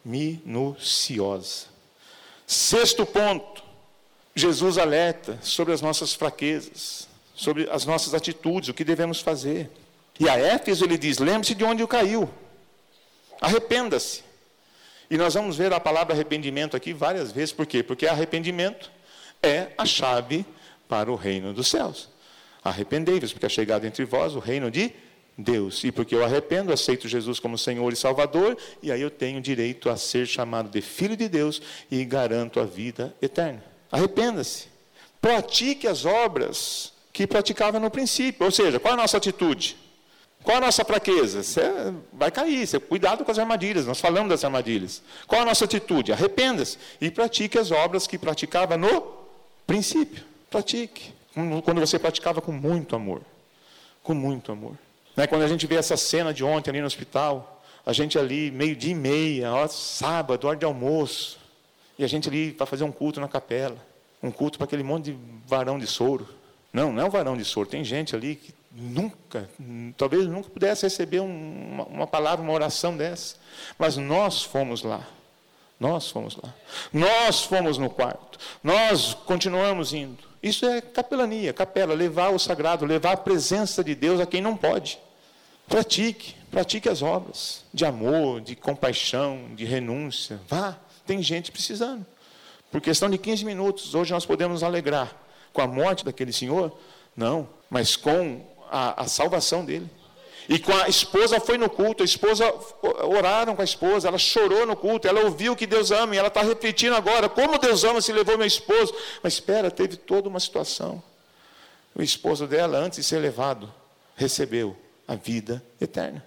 minuciosa. Sexto ponto. Jesus alerta sobre as nossas fraquezas. Sobre as nossas atitudes, o que devemos fazer. E a Éfeso ele diz, lembre-se de onde caiu. Arrependa-se. E nós vamos ver a palavra arrependimento aqui várias vezes. Por quê? Porque arrependimento é a chave para o reino dos céus. Arrependei-vos, porque é chegado entre vós o reino de Deus. E porque eu arrependo, aceito Jesus como Senhor e Salvador, e aí eu tenho direito a ser chamado de Filho de Deus e garanto a vida eterna. Arrependa-se. Pratique as obras que praticava no princípio. Ou seja, qual é a nossa atitude? Qual a nossa fraqueza? Você vai cair, você, cuidado com as armadilhas, nós falamos das armadilhas. Qual a nossa atitude? Arrependa-se e pratique as obras que praticava no princípio. Pratique. Quando você praticava com muito amor. Com muito amor. Né? Quando a gente vê essa cena de ontem ali no hospital, a gente ali, meio-dia e meia, hora, sábado, hora de almoço, e a gente ali para fazer um culto na capela. Um culto para aquele monte de varão de soro. Não, não é um varão de soro, tem gente ali que nunca, talvez nunca pudesse receber uma, uma palavra, uma oração dessa. Mas nós fomos lá. Nós fomos lá. Nós fomos no quarto. Nós continuamos indo. Isso é capelania, capela, levar o sagrado, levar a presença de Deus a quem não pode. Pratique, pratique as obras de amor, de compaixão, de renúncia. Vá, tem gente precisando. Por questão de quinze minutos, hoje nós podemos nos alegrar com a morte daquele senhor? Não, mas com a, a salvação dele. E com a esposa foi no culto, a esposa, oraram com a esposa, ela chorou no culto, ela ouviu que Deus ama, e ela está refletindo agora, como Deus ama se levou meu esposo. Mas espera, teve toda uma situação. O esposo dela, antes de ser levado, recebeu a vida eterna.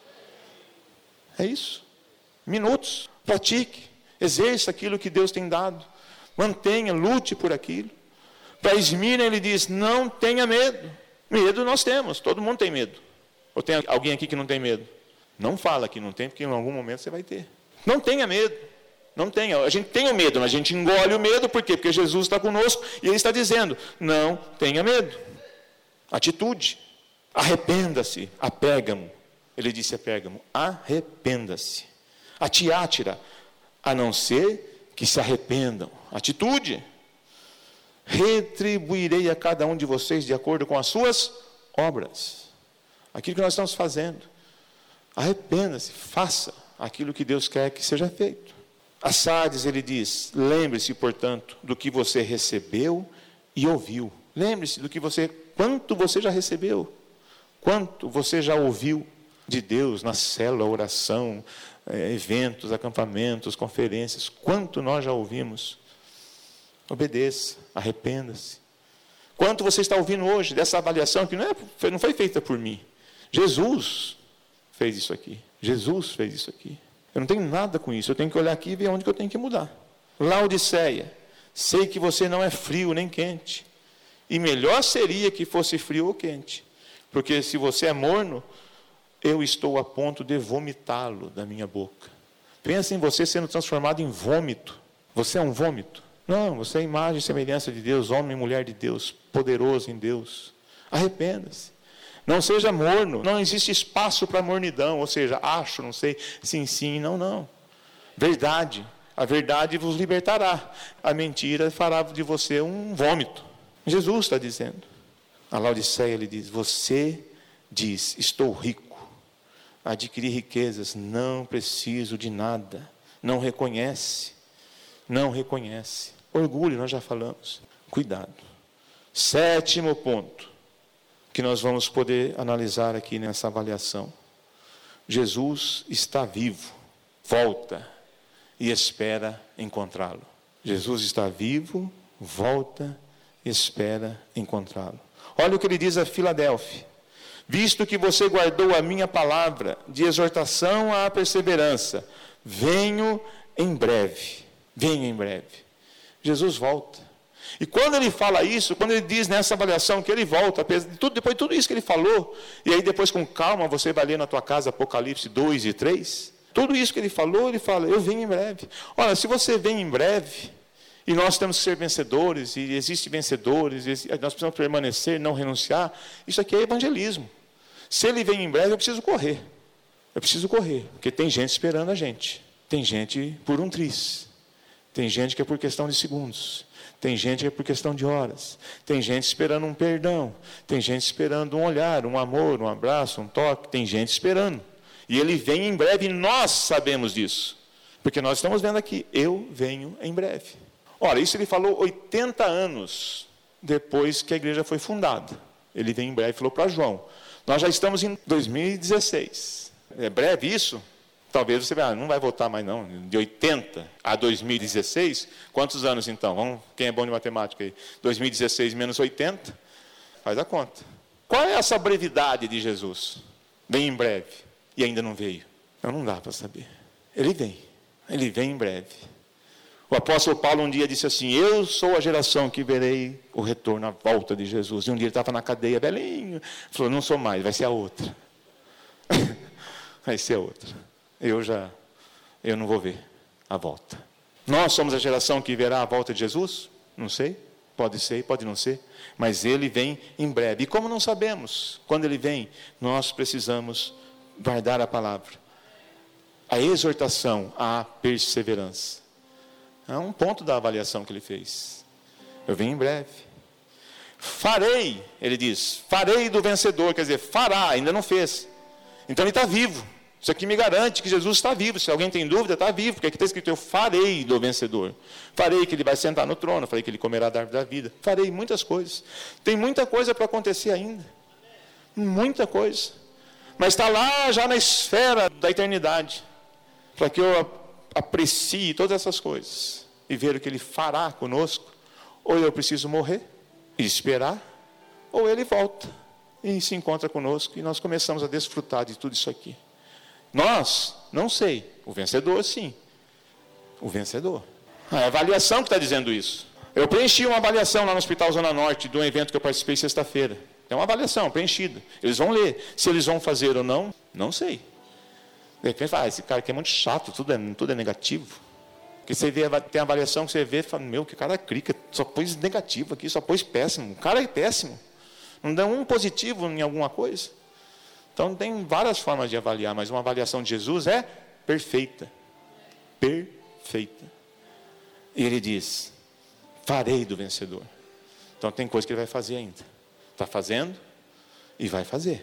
É isso. Minutos, pratique, exerça aquilo que Deus tem dado, mantenha, lute por aquilo. Para Esmirna ele diz, não tenha medo. Medo nós temos, todo mundo tem medo. Ou tem alguém aqui que não tem medo? Não fala que não tem, porque em algum momento você vai ter. Não tenha medo, não tenha. A gente tem o medo, mas a gente engole o medo, por quê? Porque Jesus está conosco e Ele está dizendo, não tenha medo. Atitude, arrependa-se, a Pérgamo. Ele disse a Pérgamo, arrependa-se. A Tiátira, a não ser que se arrependam. Atitude. Retribuirei a cada um de vocês de acordo com as suas obras. Aquilo que nós estamos fazendo. Arrependa-se, faça aquilo que Deus quer que seja feito. A Sardes ele diz, lembre-se, portanto, do que você recebeu e ouviu. Lembre-se do que você, quanto você já recebeu, quanto você já ouviu. de Deus na célula, oração, eventos, acampamentos, conferências. Quanto nós já ouvimos. Obedeça, arrependa-se. Quanto você está ouvindo hoje dessa avaliação que não, é, não foi feita por mim. Jesus fez isso aqui. Jesus fez isso aqui. Eu não tenho nada com isso. Eu tenho que olhar aqui e ver onde que eu tenho que mudar. Laodiceia, sei que você não é frio nem quente. E melhor seria que fosse frio ou quente. Porque se você é morno, eu estou a ponto de vomitá-lo da minha boca. Pensa em você sendo transformado em vômito. Você é um vômito. Não, você é a imagem e semelhança de Deus, homem e mulher de Deus, poderoso em Deus. Arrependa-se. Não seja morno. Não existe espaço para mornidão. Ou seja, acho, não sei, sim, sim, não, não. Verdade. A verdade vos libertará. A mentira fará de você um vômito. Jesus está dizendo. A Laodiceia, ele diz, você diz, estou rico, adquiri riquezas, não preciso de nada. Não reconhece. Não reconhece. Orgulho, nós já falamos. Cuidado. Sétimo ponto que nós vamos poder analisar aqui nessa avaliação. Jesus está vivo. Volta e espera encontrá-lo. Jesus está vivo, volta e espera encontrá-lo. Olha o que ele diz a Filadélfia. Visto que você guardou a minha palavra de exortação à perseverança, venho em breve. Venho em breve. Jesus volta. E quando ele fala isso, quando ele diz nessa avaliação que ele volta, depois de tudo isso que ele falou, e aí depois com calma você vai ler na tua casa Apocalipse dois e três, tudo isso que ele falou, ele fala, eu venho em breve. Olha, se você vem em breve, e nós temos que ser vencedores, e existem vencedores, e nós precisamos permanecer, não renunciar, isso aqui é evangelismo. Se ele vem em breve, eu preciso correr. Eu preciso correr, porque tem gente esperando a gente. Tem gente por um triz. Tem gente que é por questão de segundos. Tem gente que é por questão de horas. Tem gente esperando um perdão. Tem gente esperando um olhar, um amor, um abraço, um toque. Tem gente esperando. E ele vem em breve e nós sabemos disso. Porque nós estamos vendo aqui, eu venho em breve. Ora, isso ele falou oitenta anos depois que a igreja foi fundada. Ele vem em breve e falou para João. Nós já estamos em dois mil e dezesseis. É breve isso? Talvez você ah, não vai voltar mais não. De oitenta a dois mil e dezesseis, quantos anos então? Vamos, quem é bom de matemática aí? dois mil e dezesseis menos oitenta, faz a conta. Qual é essa brevidade de Jesus? Vem em breve. E ainda não veio. Então não dá para saber. Ele vem. Ele vem em breve. O apóstolo Paulo um dia disse assim, eu sou a geração que verei o retorno, a volta de Jesus. E um dia ele estava na cadeia, velhinho. Falou, não sou mais, vai ser a outra. Vai ser a outra. Eu já, eu não vou ver a volta. Nós somos a geração que verá a volta de Jesus? Não sei, pode ser, pode não ser. Mas ele vem em breve. E como não sabemos quando ele vem, nós precisamos guardar a palavra. A exortação à perseverança. É um ponto da avaliação que ele fez. Eu venho em breve. Farei, ele diz, farei do vencedor, quer dizer, fará, ainda não fez. Então ele está vivo. Isso aqui me garante que Jesus está vivo. Se alguém tem dúvida, está vivo. Porque aqui está escrito, eu farei do vencedor. Farei que ele vai sentar no trono. Farei que ele comerá da árvore da vida. Farei muitas coisas. Tem muita coisa para acontecer ainda. Muita coisa. Mas está lá já na esfera da eternidade. Para que eu aprecie todas essas coisas. E ver o que ele fará conosco. Ou eu preciso morrer e esperar. Ou ele volta e se encontra conosco. E nós começamos a desfrutar de tudo isso aqui. Nós, não sei. O vencedor, sim. O vencedor. É a avaliação que está dizendo isso. Eu preenchi uma avaliação lá no Hospital Zona Norte, de um evento que eu participei sexta-feira. É uma avaliação preenchida. Eles vão ler. Se eles vão fazer ou não, não sei. De repente, ah, esse cara aqui é muito chato, tudo é, tudo é negativo. Porque você vê, tem avaliação que você vê e fala, meu, que cara crica, só pôs negativo aqui, só pôs péssimo. O cara é péssimo. Não dá um positivo em alguma coisa. Então, tem várias formas de avaliar, mas uma avaliação de Jesus é perfeita. Perfeita. E ele diz, farei do vencedor. Então, tem coisa que ele vai fazer ainda. Está fazendo e vai fazer.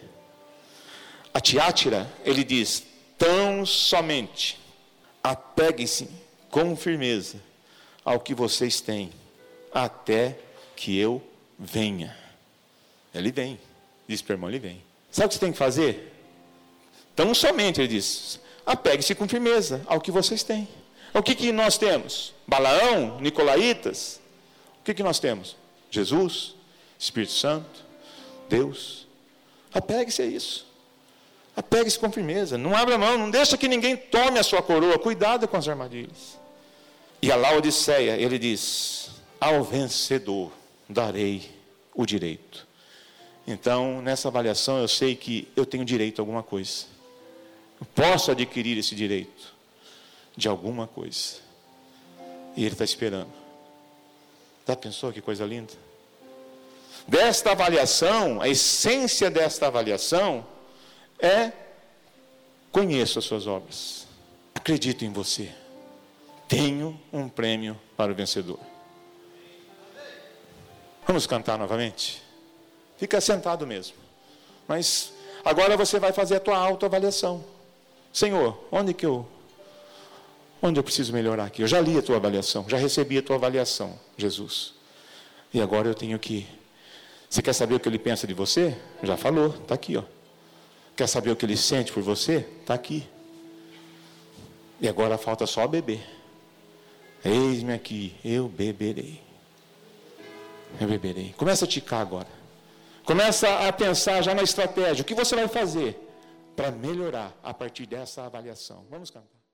A Tiátira, ele diz, tão somente apeguem-se com firmeza ao que vocês têm, até que eu venha. Ele vem. Diz para o irmão, ele vem. Sabe o que você tem que fazer? Então, somente, ele diz, apegue-se com firmeza ao que vocês têm. O que, que nós temos? Balaão, Nicolaitas. O que, que nós temos? Jesus, Espírito Santo, Deus. Apegue-se a isso. Apegue-se com firmeza. Não abra mão, não deixa que ninguém tome a sua coroa. Cuidado com as armadilhas. E a Laodiceia, ele diz, ao vencedor darei o direito. Então, nessa avaliação, eu sei que eu tenho direito a alguma coisa. Eu posso adquirir esse direito de alguma coisa. E ele está esperando. Já pensou que coisa linda? Desta avaliação, a essência desta avaliação é: conheço as suas obras, acredito em você, tenho um prêmio para o vencedor. Vamos cantar novamente? Fica sentado mesmo. Mas agora você vai fazer a tua autoavaliação. Senhor, onde que eu onde eu preciso melhorar aqui? Eu já li a tua avaliação, já recebi a tua avaliação, Jesus. E agora eu tenho que... Você quer saber o que ele pensa de você? Já falou, está aqui, ó. Quer saber o que ele sente por você? Está aqui. E agora falta só beber. Eis-me aqui, eu beberei. Eu beberei. Começa a ticar agora. Começa a pensar já na estratégia. O que você vai fazer para melhorar a partir dessa avaliação? Vamos cantar.